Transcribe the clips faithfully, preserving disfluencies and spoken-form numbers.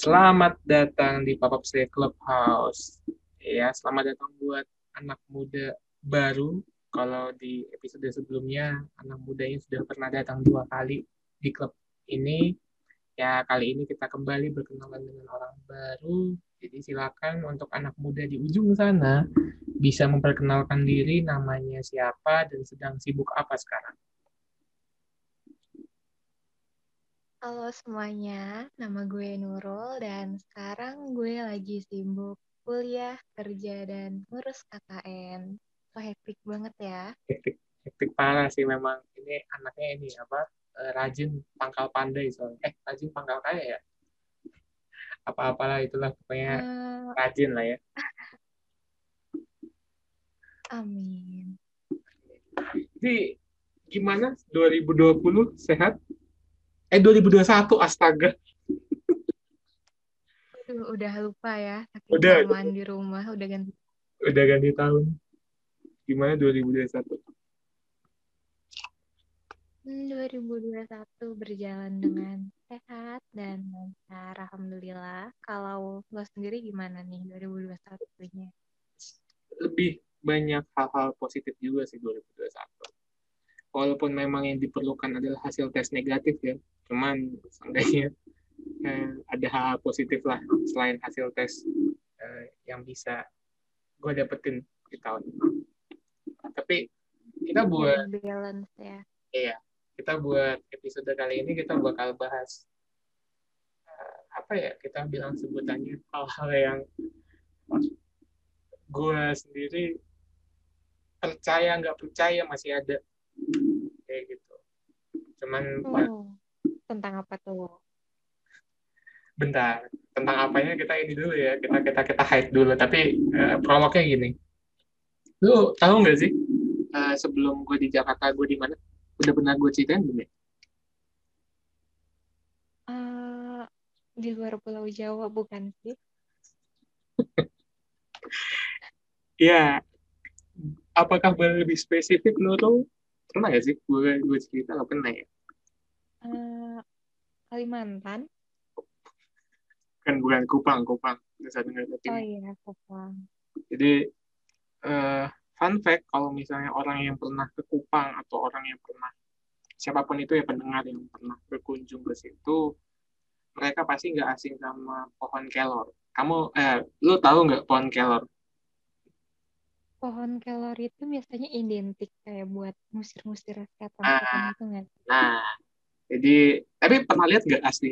Selamat datang di Pop-up Stay Clubhouse. Ya, selamat datang buat anak muda baru. Kalau di episode sebelumnya, anak mudanya sudah pernah datang dua kali di klub ini. Ya, kali ini kita kembali berkenalan dengan orang baru. Jadi silakan untuk anak muda di ujung sana bisa memperkenalkan diri, namanya siapa, dan sedang sibuk apa sekarang. Halo semuanya, nama gue Nurul dan sekarang gue lagi sibuk kuliah, kerja, dan ngurus K K N. Wah, hektik banget ya. Hektik, hektik parah sih memang. Ini anaknya ini apa? eh, Rajin pangkal pandai soalnya. Eh, rajin pangkal kaya ya? Apa-apalah itulah pokoknya Eh, rajin lah ya. amin. Jadi gimana dua ribu dua puluh sehat? Eh dua ribu dua puluh satu astaga. Aduh, udah lupa ya, saking Udah, kelamaan di rumah, udah ganti. udah ganti tahun. Gimana dua ribu dua puluh satu? Hmm, dua ribu dua puluh satu berjalan dengan sehat dan lancar, alhamdulillah. Kalau lo sendiri gimana nih dua ribu dua puluh satu-nya? Lebih banyak hal-hal positif juga sih dua ribu dua puluh satu. Walaupun memang yang diperlukan adalah hasil tes negatif ya. Cuman seenggaknya eh, ada hal positif lah selain hasil tes eh, yang bisa gue dapetin di tahun ini. Tapi kita Jadi buat balance ya. iya, kita buat episode kali ini kita bakal bahas eh, apa ya kita bilang sebutannya hal-hal yang gue sendiri percaya nggak percaya masih ada kayak gitu. Cuman Oh, tentang apa tuh? bentar tentang apanya kita ini dulu ya kita kita kita hide dulu. Tapi eh, prolognya gini, lu tahu nggak sih eh, sebelum gue di Jakarta gue di mana? Udah pernah gue ceritain belum ya? Eh, di luar Pulau Jawa bukan sih? Iya, apakah boleh lebih spesifik lu tuh pernah gak sih gue gue cerita lo pernah ya? Eh, Kalimantan. Kan bukan Kupang, Kupang Nusa Tenggara Oh Timur. iya, Kupang. Jadi eh, fun fact kalau misalnya orang yang pernah ke Kupang atau orang yang pernah siapapun itu ya pendengar yang pernah berkunjung ke situ, mereka pasti nggak asing sama pohon kelor. Kamu eh lu tahu nggak pohon kelor? Pohon kelor itu biasanya identik kayak buat musir-musir setan-setan Ah, gitu nggak? nah, jadi tapi pernah lihat nggak asli?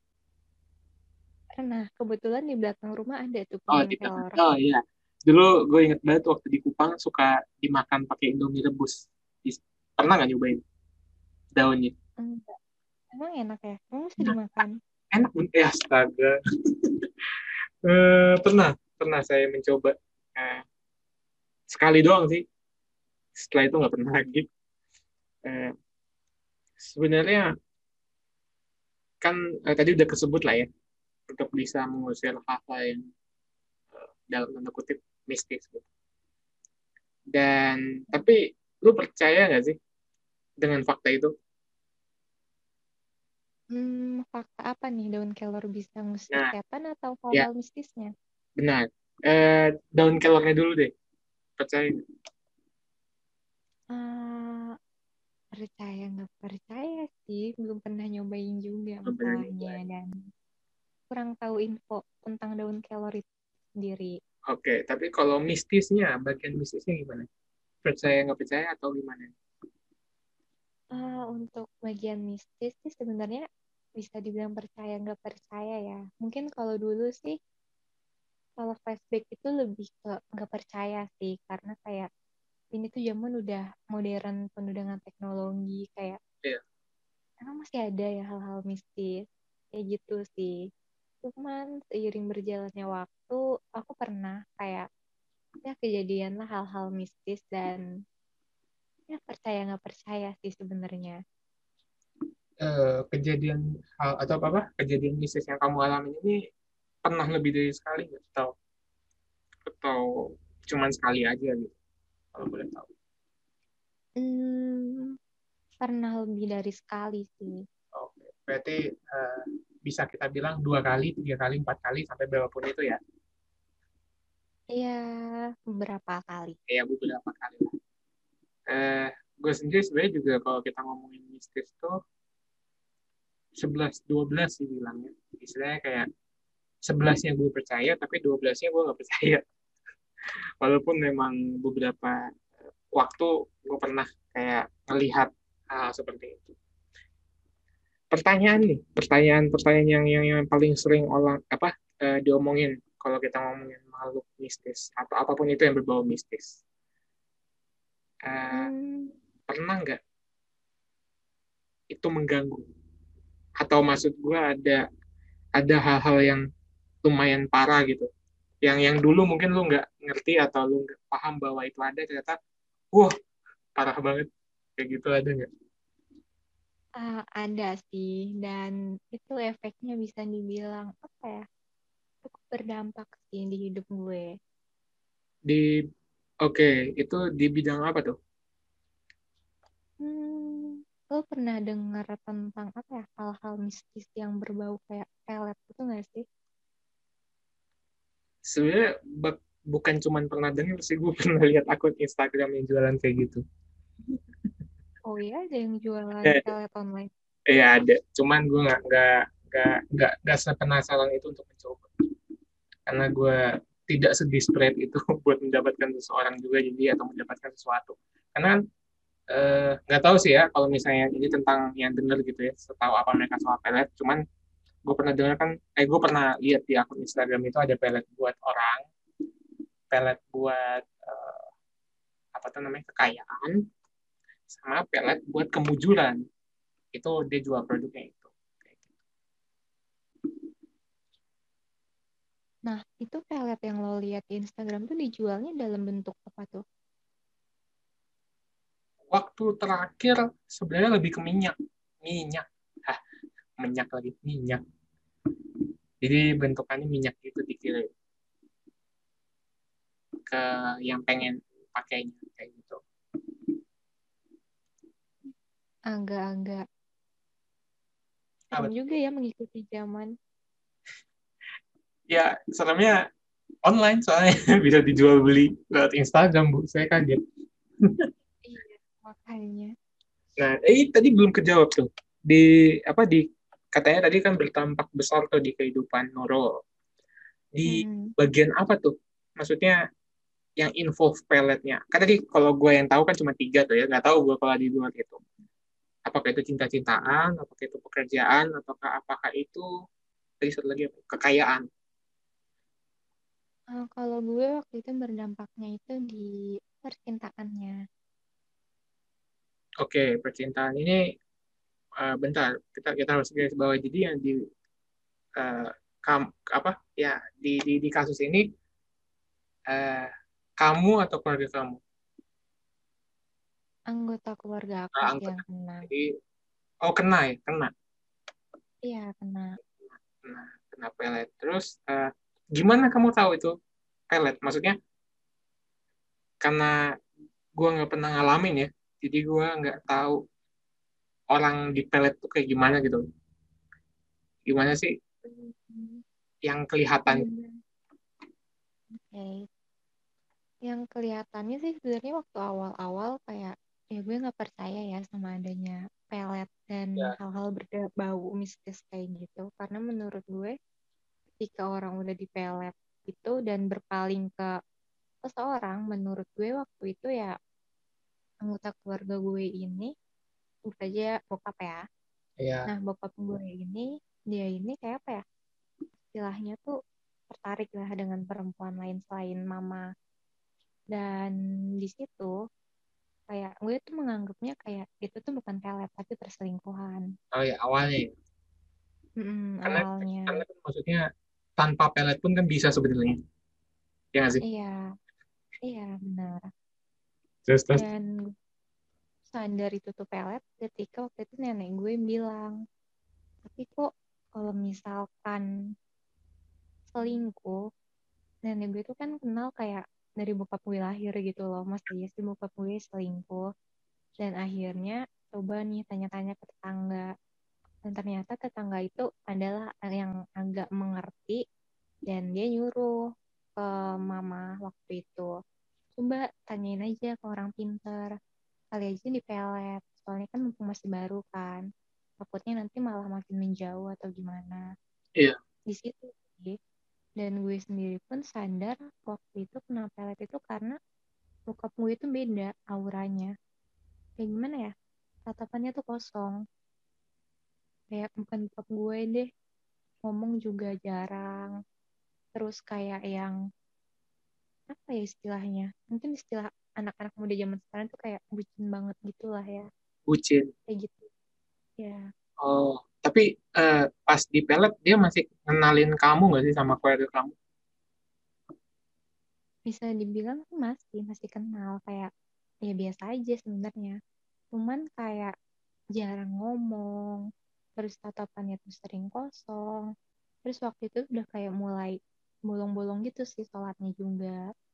Karena kebetulan di belakang rumah ada tuh Oh, pohon di belakang. kelor. Oh iya. Dulu gue inget banget waktu di Kupang suka dimakan pakai Indomie rebus. Is- Pernah nggak nyobain daunnya? Enggak. Emang enak ya? Emang mesti dimakan? Enak banget. Eh, astaga. Eh, pernah, pernah saya mencoba. Eh, sekali doang sih. Setelah itu nggak pernah lagi. Eh, sebenarnya kan eh, tadi udah kesebut lah ya untuk bisa mengusir hal-hal yang eh, dalam tanda kutip mistis gitu. Dan tapi lu percaya nggak sih dengan fakta itu? Hmm, fakta apa nih daun kelor bisa ngusir Nah, setan atau ya hal-hal mistisnya? benar. Eh, daun kelornya dulu deh. Percaya nggak? Ah, percaya nggak percaya sih, belum pernah nyobain juga Belum pernah masalahnya nyoba. dan kurang tahu info tentang daun kelor itu sendiri. Oke, tapi kalau mistisnya, bagian mistisnya gimana? Percaya nggak percaya atau gimana? Ah, untuk bagian mistis sih sebenarnya bisa dibilang percaya nggak percaya ya. Mungkin kalau dulu sih, kalau flashback itu lebih ke nggak percaya sih, karena kayak ini tuh zaman udah modern, penuh dengan teknologi, kayak Iya. emang masih ada ya hal-hal mistis, kayak gitu sih. Cuman seiring berjalannya waktu, aku pernah kayak ya kejadian lah hal-hal mistis dan ya percaya nggak percaya sih sebenarnya. Eh, kejadian hal atau apa apa kejadian mistis yang kamu alami ini pernah lebih dari sekali nggak? Atau atau cuman sekali aja gitu? Kalau boleh tahu. Hmm, pernah lebih dari sekali sih. Oke, berarti eh, bisa kita bilang dua kali, tiga kali, empat kali, sampai berapapun itu ya. Iya, beberapa kali. Ya beberapa kali lah. Eh, gue sendiri sebenarnya juga kalau kita ngomongin mistis tuh sebelas dua belas sih bilangnya. Istilahnya kayak sebelasnya gue percaya, tapi dua belasnya gue nggak percaya. Walaupun memang beberapa waktu gue pernah kayak melihat hal seperti itu. Pertanyaan nih, pertanyaan-pertanyaan yang, yang yang paling sering orang apa eh, diomongin kalau kita ngomongin makhluk mistis atau apapun itu yang berbau mistis. Eh, Hmm, pernah nggak itu mengganggu? Atau maksud gue ada ada hal-hal yang lumayan parah gitu. Yang yang dulu mungkin lu nggak ngerti atau lu nggak paham bahwa itu ada, ternyata wah parah banget kayak gitu, ada nggak? ah, ada sih, dan itu efeknya bisa dibilang apa ya, cukup berdampak sih di hidup gue. Di oke, itu di bidang apa tuh? Hmm, lo pernah dengar tentang apa ya, hal-hal mistis yang berbau kayak pelet itu nggak sih? Sebenarnya bak- bukan cuman pernah dengar sih, gue pernah lihat akun Instagram yang jualan kayak gitu. Oh iya, ada yang jualan Eh, pelet online. eh ada, cuman gue nggak nggak nggak nggak nggak sepenasaran itu untuk mencoba, karena gue tidak sedesperate itu buat mendapatkan seseorang juga jadi atau mendapatkan sesuatu. Karena kan, eh, nggak tahu sih ya kalau misalnya ini tentang yang denger gitu ya, setahu apa mereka soal pelet. Cuman gue pernah dengar kan, eh gue pernah lihat di akun Instagram itu ada pelet buat orang, pelet buat eh, apa tuh namanya kekayaan, sama pelet buat kemujuran. Itu dia jual produknya itu. Nah, itu pelet yang lo lihat di Instagram tuh dijualnya dalam bentuk apa tuh? Waktu terakhir sebenarnya lebih ke minyak, minyak, ah minyak lagi minyak. Jadi bentukannya minyak gitu dikirim ke yang pengen pakainya kayak gitu. Agak-agak serem Apa? juga ya mengikuti zaman. Ya seremnya online soalnya bisa dijual beli lewat Instagram, Bu. Saya kaget. Iya, makanya. Nah, eh tadi belum kejawab tuh. Di apa di katanya tadi kan bertampak besar tuh di kehidupan Nurul. Di Mm-mm. bagian apa tuh? Maksudnya yang involve peletnya. Kan tadi kalau gue yang tahu kan cuma tiga tuh ya. Nggak tahu gue kalau di luar itu. Apakah itu cinta-cintaan, apakah itu pekerjaan, ataukah apakah itu tadi satu lagi apa? Kekayaan. Ah, kalau gue waktu itu berdampaknya itu di percintaannya. Oke, percintaan ini eh, bentar kita kita harus garis bawah, jadi yang di eh, kam, apa ya di, di di kasus ini eh, kamu atau keluarga kamu. Anggota keluarga aku Ah, sih anggota. yang kena. Jadi oh kena ya kena Iya, kena. kena kena pelet. Terus eh, gimana kamu tahu itu pelet? Maksudnya karena gue nggak pernah ngalamin ya, jadi gue nggak tahu orang di pelet tuh kayak gimana gitu. Gimana sih Hmm, yang kelihatan? sebenarnya. Oke. Yang kelihatannya sih sebenarnya waktu awal-awal kayak ya gue nggak percaya ya sama adanya pelet dan Ya, hal-hal berbau mistis kayak gitu. Karena menurut gue ketika orang udah dipelet itu dan berpaling ke seseorang, menurut gue waktu itu ya anggota keluarga gue ini, bukan aja bokap ya. ya, Nah, bokap gue ini, dia ini kayak apa ya, istilahnya tuh tertarik lah dengan perempuan lain selain mama. Dan di situ, kayak gue tuh menganggapnya kayak itu tuh bukan pelet, tapi perselingkuhan. oh ya awalnya ya. Mm-mm, Karena awalnya. karena kan maksudnya tanpa pelet pun kan bisa sebenarnya, ya nggak sih? Iya, iya benar. Terus terus Dan gue sadar itu tuh pelet ketika waktu itu nenek gue bilang, tapi kok kalau misalkan selingkuh, nenek gue tuh kan kenal kayak dari bokap gue lahir gitu loh, mas dia sih bokap gue selingkuh. Dan akhirnya coba nih tanya-tanya ke tetangga, Dan ternyata tetangga itu adalah yang agak mengerti dan dia nyuruh ke mama waktu itu. Coba tanyain aja ke orang pinter. Kali aja di pelet. Soalnya kan mumpung masih baru kan. Takutnya nanti malah makin menjauh atau gimana. Iya. Di situ sih. Dan gue sendiri pun sadar waktu itu kena pelet itu karena bokap gue itu beda auranya. Kayak gimana ya? Tatapannya tuh kosong. Kayak bukan bokap gue deh. Ngomong juga jarang. Terus kayak yang apa ya istilahnya? Mungkin istilah anak-anak muda zaman sekarang tuh kayak bucin banget gitulah ya. Bucin. Kayak gitu. Ya, Oh, tapi eh, pas di pelet dia masih kenalin kamu nggak sih sama keluarga kamu? bisa dibilang tuh masih masih kenal kayak ya biasa aja sebenarnya. Cuman kayak jarang ngomong, terus tatapannya tuh sering kosong. Terus waktu itu udah kayak mulai bolong-bolong gitu sih sholatnya juga.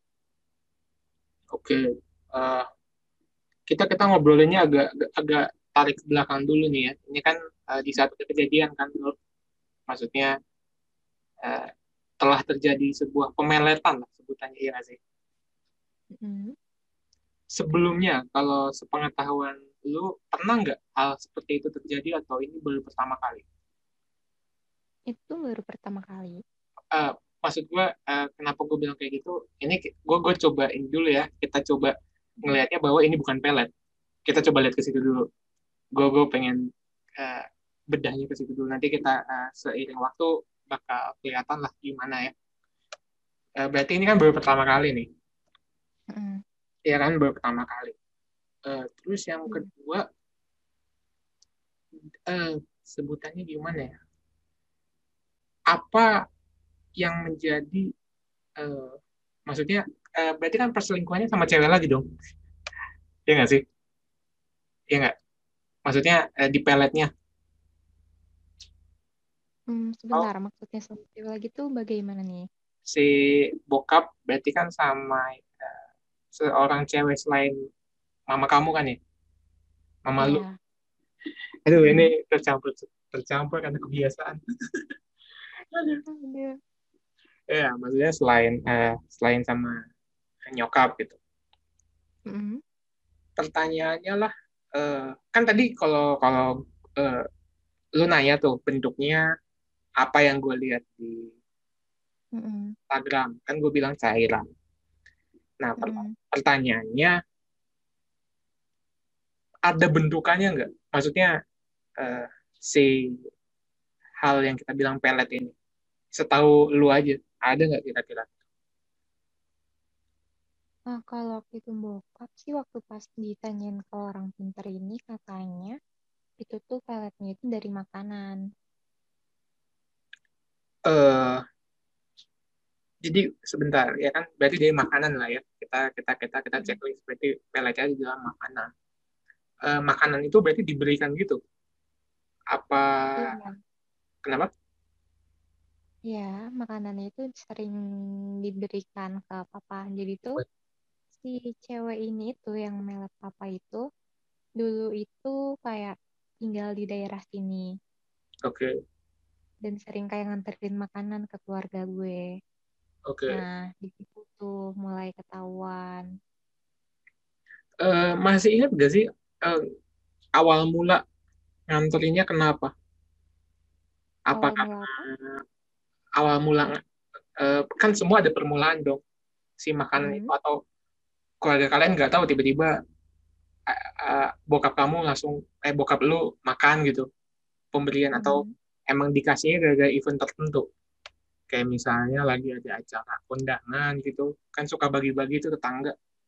Oke. Eh, kita kita ngobrolinnya agak agak agak tarik ke belakang dulu nih ya. Ini kan eh, di saat ada kejadian kan, Nur. Maksudnya eh, telah terjadi sebuah pemeletan lah sebutannya ya nggak sih. Mm. Sebelumnya, kalau sepengetahuan lu pernah nggak hal seperti itu terjadi atau ini baru pertama kali? Itu baru pertama kali. Eh, Maksud gue eh, kenapa gue bilang kayak gitu? Ini gue gue cobain dulu ya. Kita coba Mm. ngelihatnya bahwa ini bukan pelet. Kita coba lihat ke situ dulu. Gue gue pengen eh, bedahnya ke situ dulu. Nanti kita eh, seiring waktu bakal kelihatan lah gimana ya. Eh, berarti ini kan baru pertama kali nih. Mm. Ya kan baru pertama kali. Eh, terus yang Iya. kedua, eh, sebutannya gimana ya? Apa yang menjadi, eh, maksudnya, eh, berarti kan perselingkuhannya sama cewek lagi dong? Iya nggak sih? Iya nggak? Maksudnya eh, di peletnya. Hmm, Oh, sebentar, maksudnya sensitif lagi tuh bagaimana nih? si bokap berarti kan sama eh, seorang cewek selain mama kamu kan ya? Mama lu. Iya. Aduh, ini Mm-mm. tercampur tercampur karena kebiasaan. Aduh. Ada. Ya, maksudnya selain eh, selain sama nyokap gitu. Mm-mm. Pertanyaannya lah, eh, kan tadi kalau kalau eh, lu nanya tuh bentuknya apa yang gue lihat di Mm-mm. Instagram, kan gue bilang cairan. Nah, per- Mm-mm. pertanyaannya ada bentukannya nggak? Maksudnya eh, si hal yang kita bilang pelet ini, setahu lu aja, ada nggak kira-kira? Nah, kalau waktu itu bokap sih waktu pas ditanyain ke orang pinter ini katanya itu tuh peletnya itu dari makanan. Eh, jadi sebentar ya kan, berarti dari makanan lah ya. Kita kita kita kita Mm. checklist berarti peletnya di dalam makanan. Eh, makanan itu berarti diberikan gitu. Apa Iya, kenapa? ya makanannya itu sering diberikan ke papa. Jadi tuh si cewek ini tuh yang melet papa itu dulu itu kayak tinggal di daerah sini Oke, dan sering kayak nganterin makanan ke keluarga gue. oke. Nah, di situ tuh mulai ketahuan. Eh, masih ingat gak sih eh, awal mula nganterinnya kenapa? Apa Awal mula karena apa? awal mula eh, kan semua ada permulaan dong si makanan itu, Mm, atau keluarga kalian nggak tahu tiba-tiba eh, eh, bokap kamu langsung eh bokap lu makan gitu pemberian, atau mm, emang dikasihnya gara-gara event tertentu kayak misalnya lagi ada acara kondangan gitu kan suka bagi-bagi itu tetangga,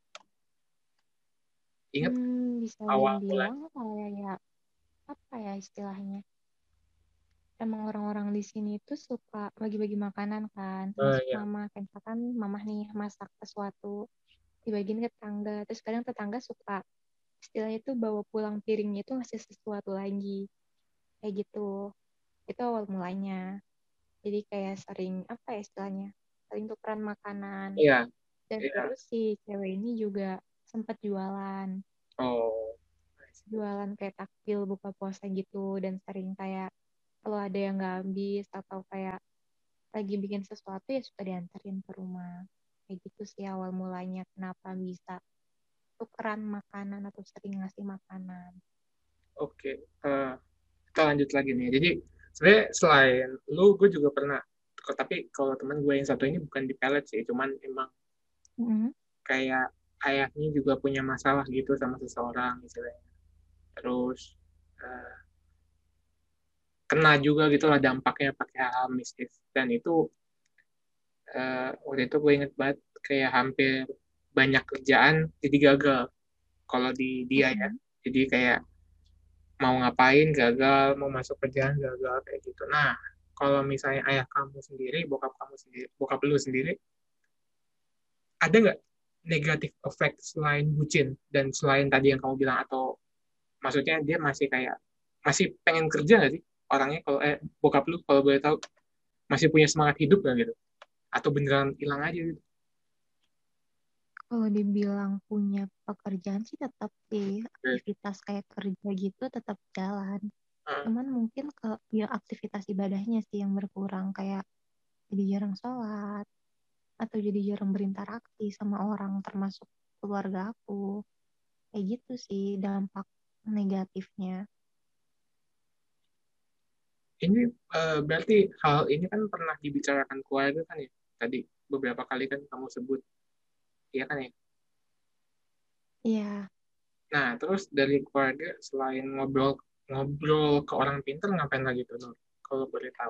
inget hmm, bisa awal mulai. dibilang kayak apa ya istilahnya? Emang orang-orang di sini tuh suka bagi-bagi makanan kan, Eh, termasuk ya, mama. Kayak misalkan mama nih masak sesuatu, dibagiin ke tetangga. Terus kadang tetangga suka istilahnya tuh bawa pulang piringnya itu ngasih sesuatu lagi. Kayak gitu. Itu awal mulanya. Jadi kayak sering, apa ya istilahnya? Sering tukeran makanan. iya, Dan iya. terus si cewek ini juga sempat jualan. Oh, jualan kayak takjil buka puasa gitu, dan sering kayak kalau ada yang nggak habis atau kayak lagi bikin sesuatu ya suka dianterin ke rumah. Kayak gitu sih awal mulanya kenapa bisa tukeran makanan atau sering ngasih makanan. Oke, eh, kita lanjut lagi nih. Jadi sebenarnya selain lu, gue juga pernah. Tapi kalau teman gue yang satu ini bukan di pelet sih, cuman emang Mm-hmm. kayak ayahnya juga punya masalah gitu sama seseorang misalnya. Terus eh, kena juga gitu lah dampaknya pakai hal-hal mistis. Dan itu eh, waktu itu gue inget banget kayak hampir banyak kerjaan jadi gagal kalau di dia ya. Mm-hmm. Jadi kayak mau ngapain gagal, mau masuk kerjaan gagal kayak gitu. Nah, kalau misalnya ayah kamu sendiri, bokap kamu sendiri, bokap lu sendiri, ada nggak negatif effect selain bucin dan selain tadi yang kamu bilang atau maksudnya dia masih kayak masih pengen kerja nggak sih orangnya kalau eh bokap lu kalau boleh tahu masih punya semangat hidup nggak gitu atau beneran hilang aja gitu. Kalau dibilang punya pekerjaan sih tetap sih, Oke. aktivitas kayak kerja gitu tetap jalan. Ah, Cuman mungkin ke ya aktivitas ibadahnya sih yang berkurang, kayak jadi jarang sholat atau jadi jarang berinteraksi sama orang termasuk keluarga aku. Kayak gitu sih dampak negatifnya. ini eh, berarti hal ini kan pernah dibicarakan keluarga kan ya tadi beberapa kali kan kamu sebut iya kan ya. Iya, Nah, terus dari keluarga selain ngobrol ngobrol ke orang pintar ngapain lagi tuh, Nur? Kalau boleh tahu.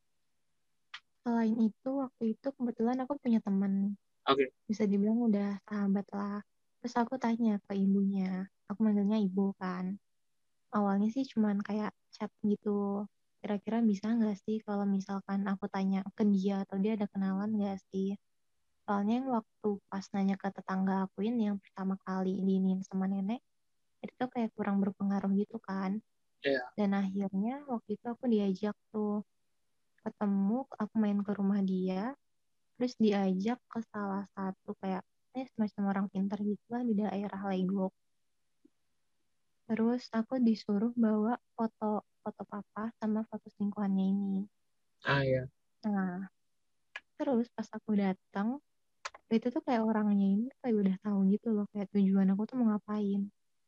selain itu waktu itu kebetulan aku punya teman, Oke. bisa dibilang udah sahabat lah. Terus aku tanya ke ibunya, aku manggilnya ibu kan. Awalnya sih cuman kayak chat gitu, kira-kira bisa nggak sih kalau misalkan aku tanya ke dia atau dia ada kenalan nggak sih. Soalnya yang waktu pas nanya ke tetangga aku ini yang pertama kali diinin sama nenek, itu tuh kayak kurang berpengaruh gitu kan. Ya. Dan akhirnya waktu itu aku diajak tuh ketemu, aku main ke rumah dia, terus diajak ke salah satu kayak eh, semacam orang pintar gitu lah di daerah Legok. Terus aku disuruh bawa foto foto papa sama foto selingkuhannya ini. Ah ya. Nah, terus pas aku datang, itu tuh kayak orangnya ini kayak udah tahu gitu loh kayak tujuan aku tuh mau ngapain.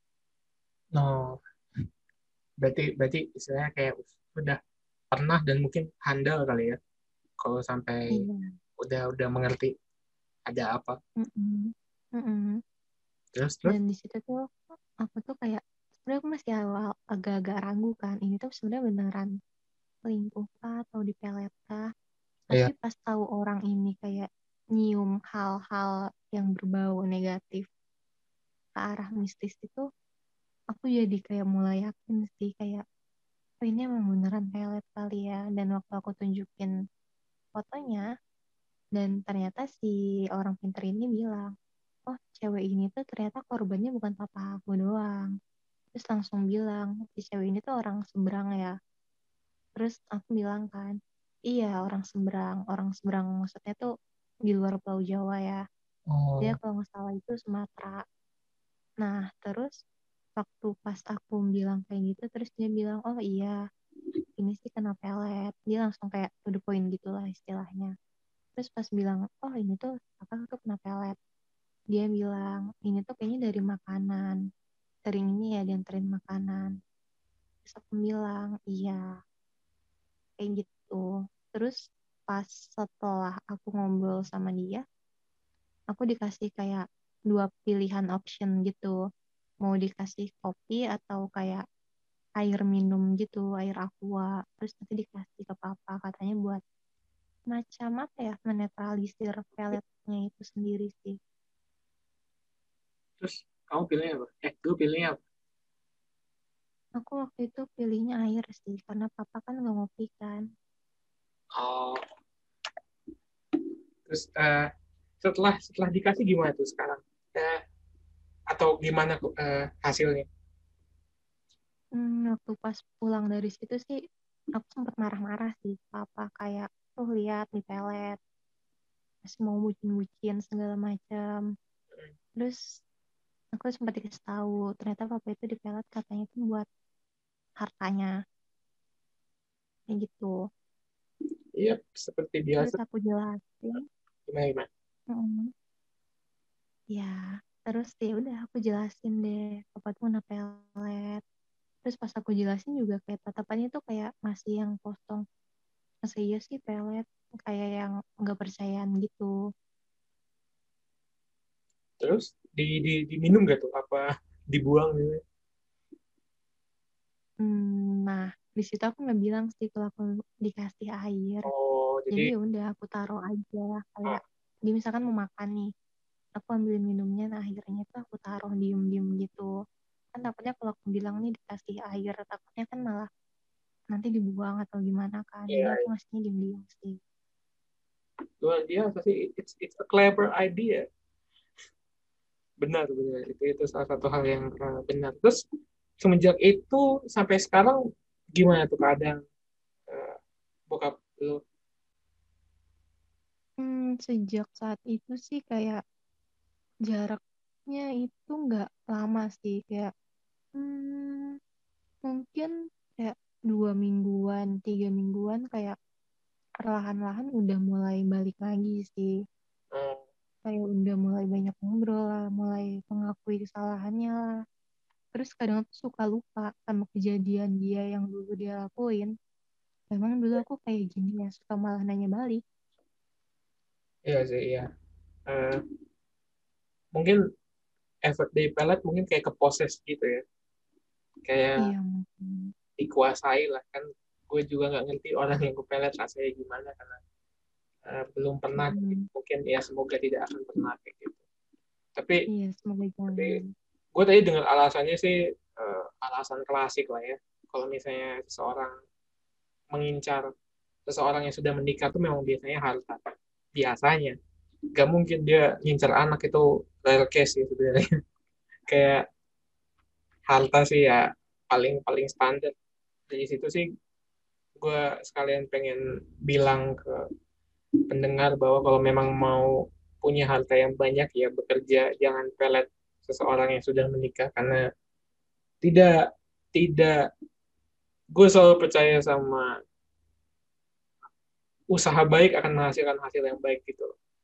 No, berarti berarti istilahnya kayak udah pernah dan mungkin handal kali ya kalau sampai Iya. udah udah mengerti ada apa. Mm-mm. Mm-mm. Terus terus Dan di situ tuh aku tuh kayak sebenarnya aku masih awal agak-agak ragu kan ini tuh sebenarnya beneran selingkuh kah atau dipelet kah. Tapi ya. pas tahu orang ini kayak nyium hal-hal yang berbau negatif ke arah mistis itu, aku jadi kayak mulai yakin sih kayak oh ini emang beneran pelet kali ya. Dan waktu aku tunjukin fotonya, dan ternyata si orang pinter ini bilang, oh cewek ini tuh ternyata korbannya bukan papa aku doang. Terus langsung bilang, si cewek ini tuh orang seberang ya. Terus aku bilang kan, iya orang seberang. Orang seberang maksudnya tuh di luar Pulau Jawa ya. Dia Oh. kalau nggak salah itu Sumatera. Nah, terus waktu pas aku bilang kayak gitu, terus dia bilang, oh iya, ini sih kena pelet. Dia langsung kayak to the point gitulah istilahnya. Terus pas bilang, oh ini tuh apa tuh kena pelet. Dia bilang, ini tuh kayaknya dari makanan. Sering ini ya dianterin makanan. Terus aku bilang, iya, kayak gitu. Terus pas setelah aku ngobrol sama dia, aku dikasih kayak dua pilihan option gitu. Mau dikasih kopi atau kayak air minum gitu, air aqua. Terus nanti dikasih ke papa, katanya buat macam apa ya, menetralisir peletnya itu sendiri sih. Terus kamu pilihnya apa? Eh, gue pilihnya apa? Aku waktu itu pilihnya air sih, karena papa kan nggak ngopi kan. Oh, terus eh, setelah setelah dikasih gimana tuh sekarang? Eh, atau gimana eh, hasilnya? Hmm, waktu pas pulang dari situ sih, aku sempat marah-marah sih ke papa, kayak, tuh lihat di pelet, masih mau bucin-bucin segala macam. Terus Aku sempat dikasih tahu ternyata papa itu dipelet katanya itu buat hartanya kayak gitu. Iya, seperti Terus biasa. aku jelasin, Gimana, gimana? mm, ya terus ya udah aku jelasin deh papa tuh kena pelet. Terus pas aku jelasin juga kayak tatapannya tuh kayak masih yang kosong. Masa iya sih pelet, kayak yang nggak percayaan gitu. Terus di, di diminum gak tuh? Apa dibuang gitu? Hmm, nah di situ aku nggak bilang sih kalau aku dikasih air. Oh, Jadi jadi ya udah aku taruh aja ah, kayak dia misalkan mau makan nih, aku ambil minumnya, nah akhirnya tuh aku taruh diem-diem gitu. Kan takutnya kalau aku bilang nih dikasih air, takutnya kan malah nanti dibuang atau gimana kan. Jadi ya aku ngasihnya diem-diem sih. luar biasa sih. It's it's a clever idea. Benar, benar. Itu itu salah satu hal yang uh, benar. Terus semenjak itu sampai sekarang gimana tuh keadaan uh, bokap lu? Hmm, sejak saat itu sih kayak jaraknya itu nggak lama sih, kayak hmm, mungkin kayak dua mingguan, tiga mingguan kayak perlahan-lahan udah mulai balik lagi sih. Uh, Kayak udah mulai banyak ngobrol lah, mulai mengakui kesalahannya lah. Terus kadang tuh suka lupa sama kejadian dia yang dulu dia lakuin. Memang dulu aku kayak gini ya, suka malah nanya balik. iya sih, iya. Uh, mungkin efek dari pelet mungkin kayak ke poses gitu ya. Kayak Iya mungkin. dikuasai lah kan. Gue juga nggak ngerti orang yang kepelet rasanya gimana karena uh, belum pernah. Mm-mm. Mungkin ya semoga tidak akan pernah kayak gitu. Tapi Iya, semoga tapi jangan. gue tadi dengar alasannya sih uh, alasan klasik lah ya. Kalau misalnya seseorang mengincar seseorang yang sudah menikah tuh memang biasanya harta. Biasanya. Gak mungkin dia ngincar anak itu rare case sih sebenarnya. Kayak harta sih ya paling paling standar. Dari situ sih gue sekalian pengen bilang ke pendengar bahwa kalau memang mau punya harta yang banyak ya bekerja, jangan pelet seseorang yang sudah menikah karena tidak tidak gue selalu percaya sama usaha baik akan menghasilkan hasil yang baik gitu.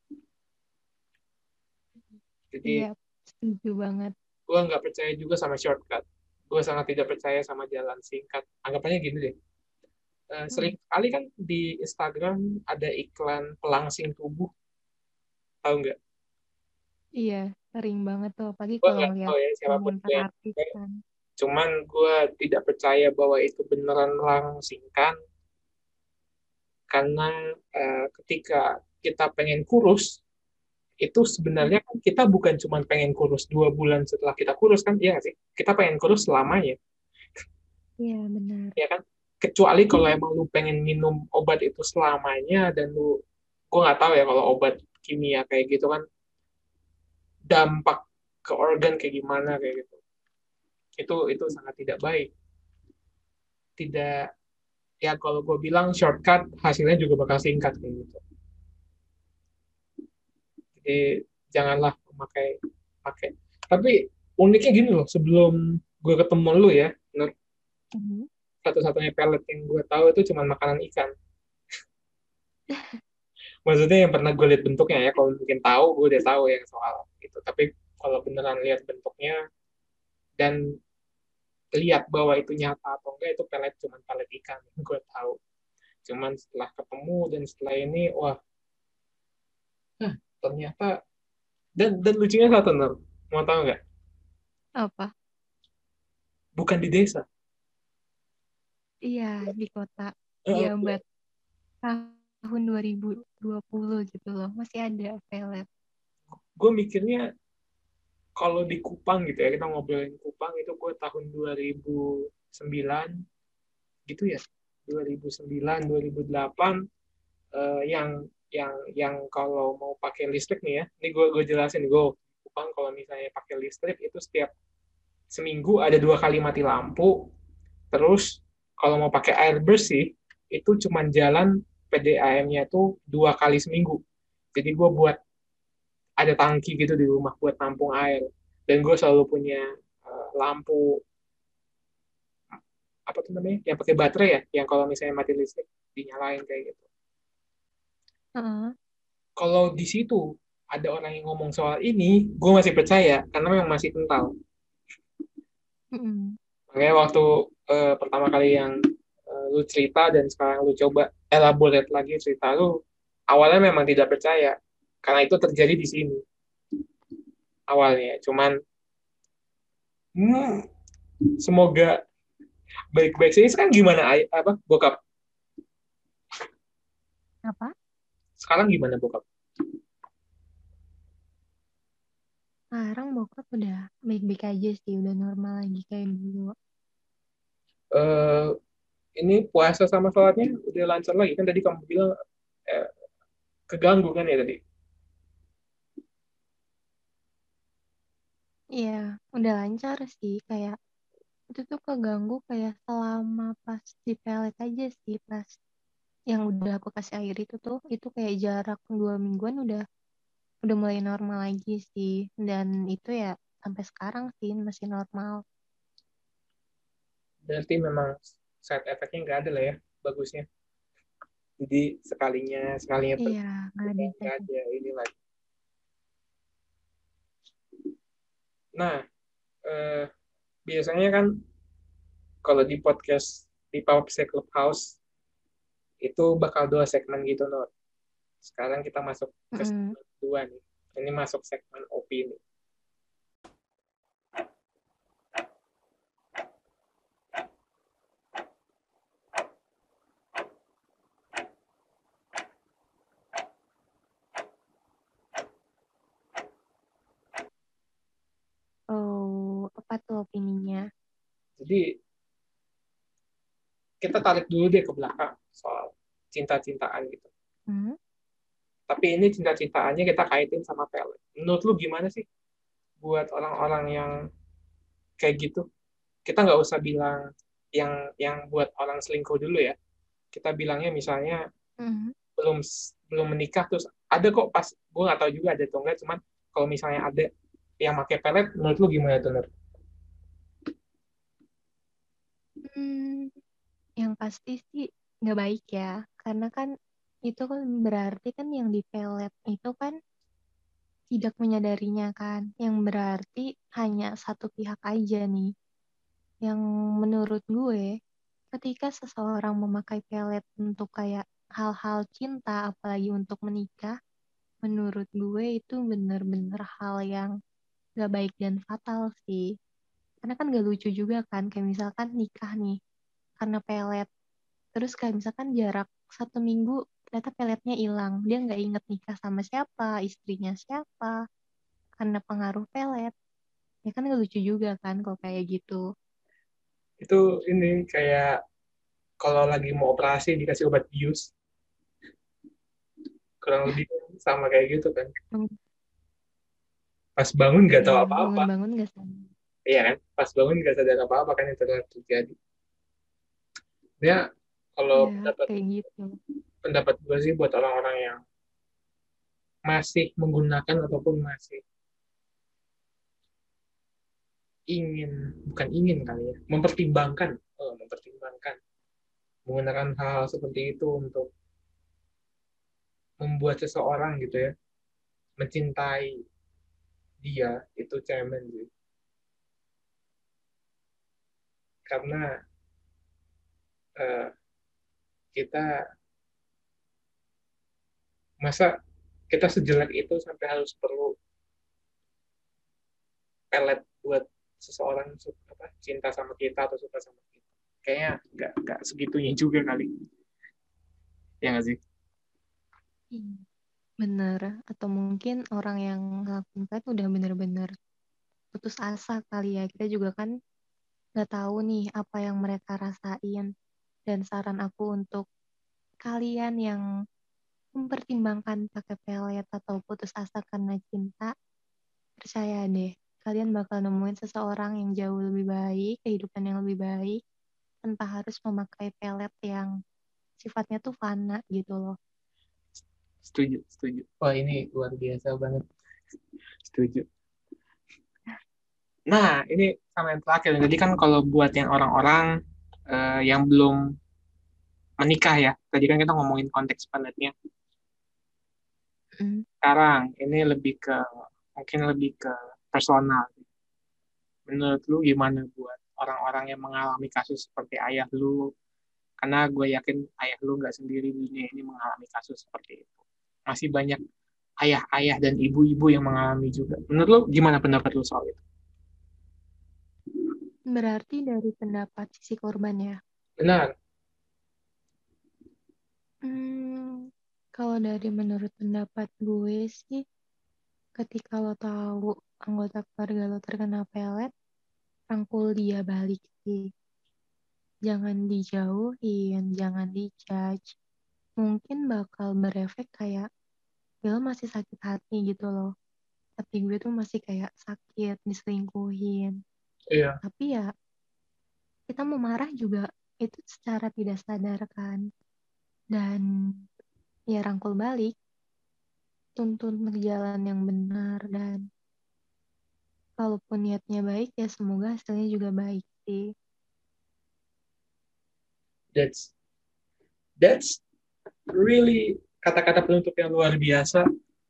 Iya, Jadi setuju banget. gue nggak percaya juga sama shortcut. Gue sangat tidak percaya sama jalan singkat. Anggapannya gini deh. Eh, Mm. sering kali kan di Instagram ada iklan pelangsing tubuh, tahu nggak? Iya, sering banget tuh. Apalagi Gue kalau nggak ngeliat tahu ya siapapun komentar gue yang artis pakai. kan. Cuman gue tidak percaya bahwa itu beneran langsingkan karena eh, ketika kita pengen kurus itu Mm. sebenarnya kan kita bukan cuma pengen kurus dua bulan setelah kita kurus kan, iya nggak sih? Kita pengen kurus selamanya, Iya, benar. ya kan? Kecuali kalau emang lu pengen minum obat itu selamanya dan lu, gue nggak tahu ya kalau obat kimia kayak gitu kan dampak ke organ kayak gimana kayak gitu. Itu itu sangat tidak baik. Tidak, ya kalau gue bilang shortcut hasilnya juga bakal singkat kayak gitu. Jadi janganlah memakai pakai. Tapi uniknya gini loh, sebelum gue ketemu lu ya, Nur, Mhm. satu-satunya pelet yang gue tahu itu cuma makanan ikan. Maksudnya yang pernah gue lihat bentuknya ya, kalau mungkin tahu, gue udah tahu yang soal itu. Tapi kalau beneran lihat bentuknya dan lihat bahwa itu nyata atau enggak, itu pelet cuma pelet ikan yang gue tahu. Cuman setelah ketemu dan setelah ini, wah, nah, ternyata dan dan lucunya satu Nur, mau tahu nggak? Apa? Bukan di desa. Iya, di kota. Iya, Eh, buat tahun dua ribu dua puluh gitu loh. Masih ada pelet. gue mikirnya kalau di Kupang gitu ya, kita ngobrolin Kupang itu gue tahun dua ribu sembilan gitu ya, dua ribu sembilan dua ribu delapan, eh, yang yang yang kalau mau pakai listrik nih ya, ini gue gue jelasin gue Kupang kalau misalnya pakai listrik itu setiap seminggu ada dua kali mati lampu. Terus kalau mau pakai air bersih itu cuma jalan P D A M-nya itu dua kali seminggu. Jadi gue buat ada tangki gitu di rumah buat tampung air. Dan gue selalu punya uh, lampu apa tuh namanya yang pakai baterai ya, yang kalau misalnya mati listrik dinyalain kayak gitu. Heeh. Kalau di situ ada orang yang ngomong soal ini, gue masih percaya karena memang masih kental. Mm-mm. Makanya waktu uh, pertama kali yang uh, lu cerita dan sekarang lu coba elaborate lagi cerita lu, awalnya memang tidak percaya karena itu terjadi di sini awalnya. Cuman hmm, semoga baik-baik sih. Sekarang gimana ay- apa bokap? Apa? Sekarang gimana bokap? Sekarang bokap udah baik-baik aja sih, udah normal lagi kayak dulu. Eh ini puasa sama sholatnya udah lancar lagi kan tadi kamu bilang eh, keganggu kan ya tadi. Iya, udah lancar sih. Kayak itu tuh keganggu kayak selama pas di pelet aja sih. Pas yang udah aku kasih air itu tuh, itu kayak jarak dua mingguan udah udah mulai normal lagi sih. Dan itu ya sampai sekarang sih masih normal. Berarti memang side effect-nya nggak ada lah ya bagusnya. Jadi sekalinya sekalinya Iya, pergi nggak ada udah nggak efeknya. ada ini lagi. Nah, eh, biasanya kan kalau di podcast di Pop Clubhouse itu bakal dua segmen gitu, Nur. Sekarang kita masuk ke Mm-mm. segmen dua nih. Ini masuk segmen opini. Oh, apa tuh opininya? Jadi kita tarik dulu deh ke belakang soal cinta-cintaan gitu. Hmm? Tapi ini cinta-cintaannya kita kaitin sama pelet. Menurut lu gimana sih buat orang-orang yang kayak gitu? Kita nggak usah bilang yang yang buat orang selingkuh dulu ya. Kita bilangnya misalnya Mm-mm. belum belum menikah terus ada kok pas gue nggak tahu juga ada atau enggak cuman kalau misalnya ada yang pakai pelet menurut lu gimana tuh Nur? Hmm, yang pasti sih nggak baik ya. Karena kan itu kan berarti kan yang di pelet itu kan tidak menyadarinya kan. Yang berarti hanya satu pihak aja nih. Yang menurut gue, ketika seseorang memakai pelet untuk kayak hal-hal cinta, apalagi untuk menikah, menurut gue itu bener-bener hal yang gak baik dan fatal sih. Karena kan gak lucu juga kan, kayak misalkan nikah nih, karena pelet. Terus kayak misalkan jarak satu minggu, ternyata peletnya hilang. Dia nggak inget nikah sama siapa, istrinya siapa, karena pengaruh pelet. Ya kan gak lucu juga kan kalau kayak gitu. Itu ini kayak kalau lagi mau operasi dikasih obat bius kurang lebih sama kayak gitu kan Hmm, pas bangun nggak iya, tahu apa-apa bangun-bangun gak sama. iya kan pas bangun nggak sadar apa-apa kan itu telah terjadi ya kalau Iya, pendapat kayak gitu. pendapat gue sih buat orang-orang yang masih menggunakan ataupun masih ingin bukan ingin kali ya mempertimbangkan oh, mempertimbangkan menggunakan hal seperti itu untuk membuat seseorang gitu ya mencintai dia itu cemen sih karena eh, kita masa kita sejelek itu sampai harus perlu pelet buat seseorang apa, cinta sama kita atau suka sama kita kayaknya nggak nggak segitunya juga kali ya nggak sih. Hmm. Bener. Atau mungkin orang yang ngelakuin itu udah bener-bener putus asa kali ya. Kita juga kan nggak tahu nih apa yang mereka rasain. Dan saran aku untuk kalian yang mempertimbangkan pakai pelet atau putus asa karena cinta, percaya deh, kalian bakal nemuin seseorang yang jauh lebih baik, kehidupan yang lebih baik, tanpa harus memakai pelet yang sifatnya tuh fana gitu loh. Setuju setuju wah ini luar biasa banget setuju Nah, ini sama yang terakhir. Jadi kan kalau buat yang orang-orang eh, yang belum menikah ya, tadi kan kita ngomongin konteks penetnya. Mm. Sekarang ini lebih ke, mungkin lebih ke personal. Menurut lu gimana buat orang-orang yang mengalami kasus seperti ayah lu? Karena gue yakin ayah lu nggak sendiri di dunia ini mengalami kasus seperti itu. Masih banyak ayah-ayah dan ibu-ibu yang mengalami juga. Menurut lu gimana pendapat lu soal itu? Berarti dari pendapat sisi korban ya. Benar. Hmm, kalau dari menurut pendapat gue sih, ketika lo tahu anggota keluarga lo terkena pelet, rangkul dia balik sih. Jangan dijauhin, jangan dijudge. Mungkin bakal berefek kayak, ya lo masih sakit hati gitu loh. Tapi gue tuh masih kayak sakit, diselingkuhin. Iya. Tapi ya, kita mau marah juga itu secara tidak sadar kan. Dan ya rangkul balik, tuntun ke jalan yang benar. Dan kalaupun niatnya baik, ya semoga hasilnya juga baik sih. That's that's really kata-kata penutup yang luar biasa.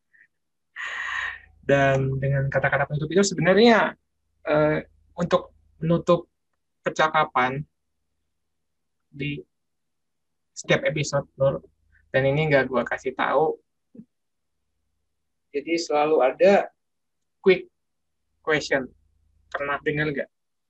Dan dengan kata-kata penutup itu sebenarnya eh, untuk menutup percakapan di setiap episode Nur. Dan ini nggak gue kasih tahu. Jadi selalu ada quick question. Pernah dengar nggak?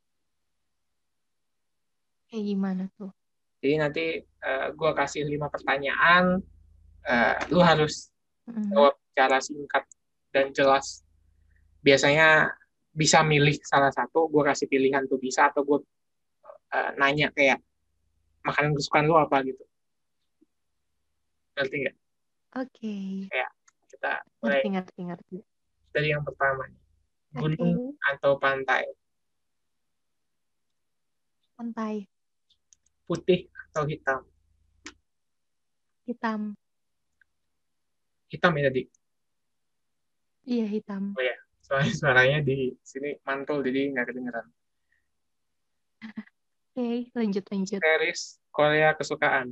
Kayak gimana tuh? Jadi nanti uh, gue kasih lima pertanyaan. Uh, lu harus Mm. jawab secara singkat dan jelas. Biasanya bisa milih salah satu. Gue kasih pilihan tuh bisa atau gue uh, nanya kayak makanan kesukaan lu apa gitu. Ngerti nggak? Oke, okay. Kayak kita mulai Ngerti, ngerti, ngerti. dari yang pertama. Oke, Gunung okay. atau pantai? Pantai. Putih atau hitam? Hitam. Hitam ya tadi. Iya, hitam. Oh ya, soalnya suaranya di sini mantul jadi nggak kedengeran. Oke, okay, lanjut, lanjut. Series Korea kesukaan?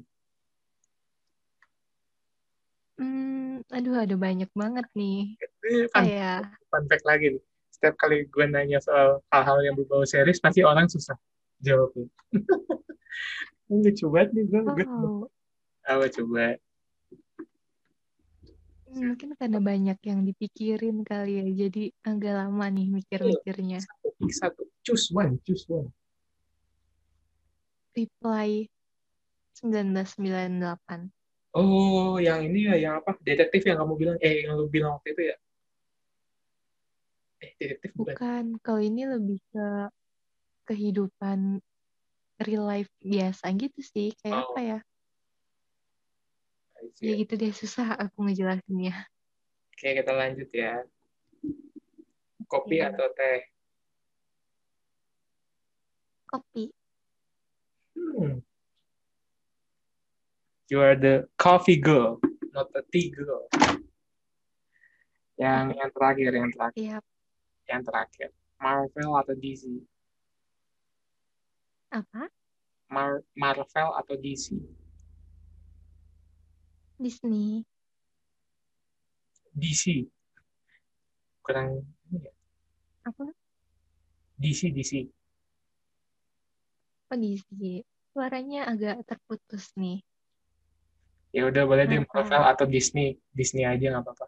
Hmm, aduh, ada banyak banget nih. Ini Apa fun, ya? fun fact lagi nih. Setiap kali gue nanya soal hal-hal yang berbau series, pasti orang susah jawabnya. Ini lucu banget nih gue. gue. Oh, Apa coba? mungkin karena banyak yang dipikirin kali ya, jadi agak lama nih Ayo, mikir-mikirnya. satu, pick satu. Choose one, choose one. Reply seribu sembilan ratus sembilan puluh delapan. Oh, yang ini ya, yang apa? Detektif yang kamu bilang, eh, yang lu bilang waktu itu ya? Eh, detektif bukan? Bukan, kalau ini lebih ke kehidupan real life biasa gitu sih. Kayak apa Oh, ya? I Ya see. gitu deh, susah aku ngejelasinnya. Oke, kita lanjut ya. Kopi Oke. atau teh? Kopi. Hmm. You are the coffee girl, not a tea girl. Yang yang terakhir, yang terakhir, Siap. yang terakhir. Marvel atau D C? Apa? Mar- Marvel atau D C? Disney. D C. Kurang ini ya. Apa? D C, D C. Oh, Disney. Suaranya agak terputus nih. Ya udah boleh deh Marvel Kenapa? atau Disney. Disney aja nggak apa-apa.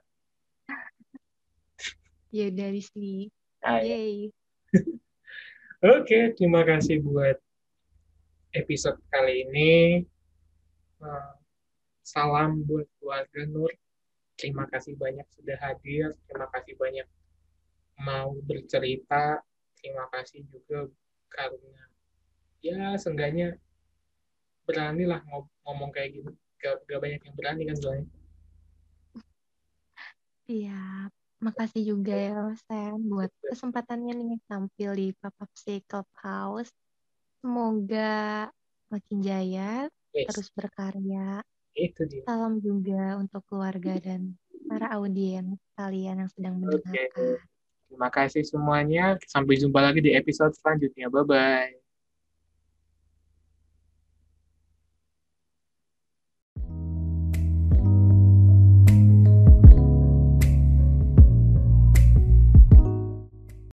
Ya udah Disney. Ah, ya. Yay. Oke, terima kasih buat episode kali ini. Eh, Salam buat keluarga Nur. Terima kasih banyak sudah hadir. Terima kasih banyak mau bercerita. Terima kasih juga karena ya seenggaknya beranilah ngom- ngomong kayak gitu. Gak, gak banyak yang berani kan soalnya. Siap. Makasih juga ya, Sam, buat kesempatannya nih tampil di Papapsi Clubhouse. Semoga makin jaya, Yes, terus berkarya. itu dia. Salam juga untuk keluarga dan para audiens kalian yang sedang Oke, mendengarkan. Terima kasih semuanya. Sampai jumpa lagi di episode selanjutnya. Bye-bye.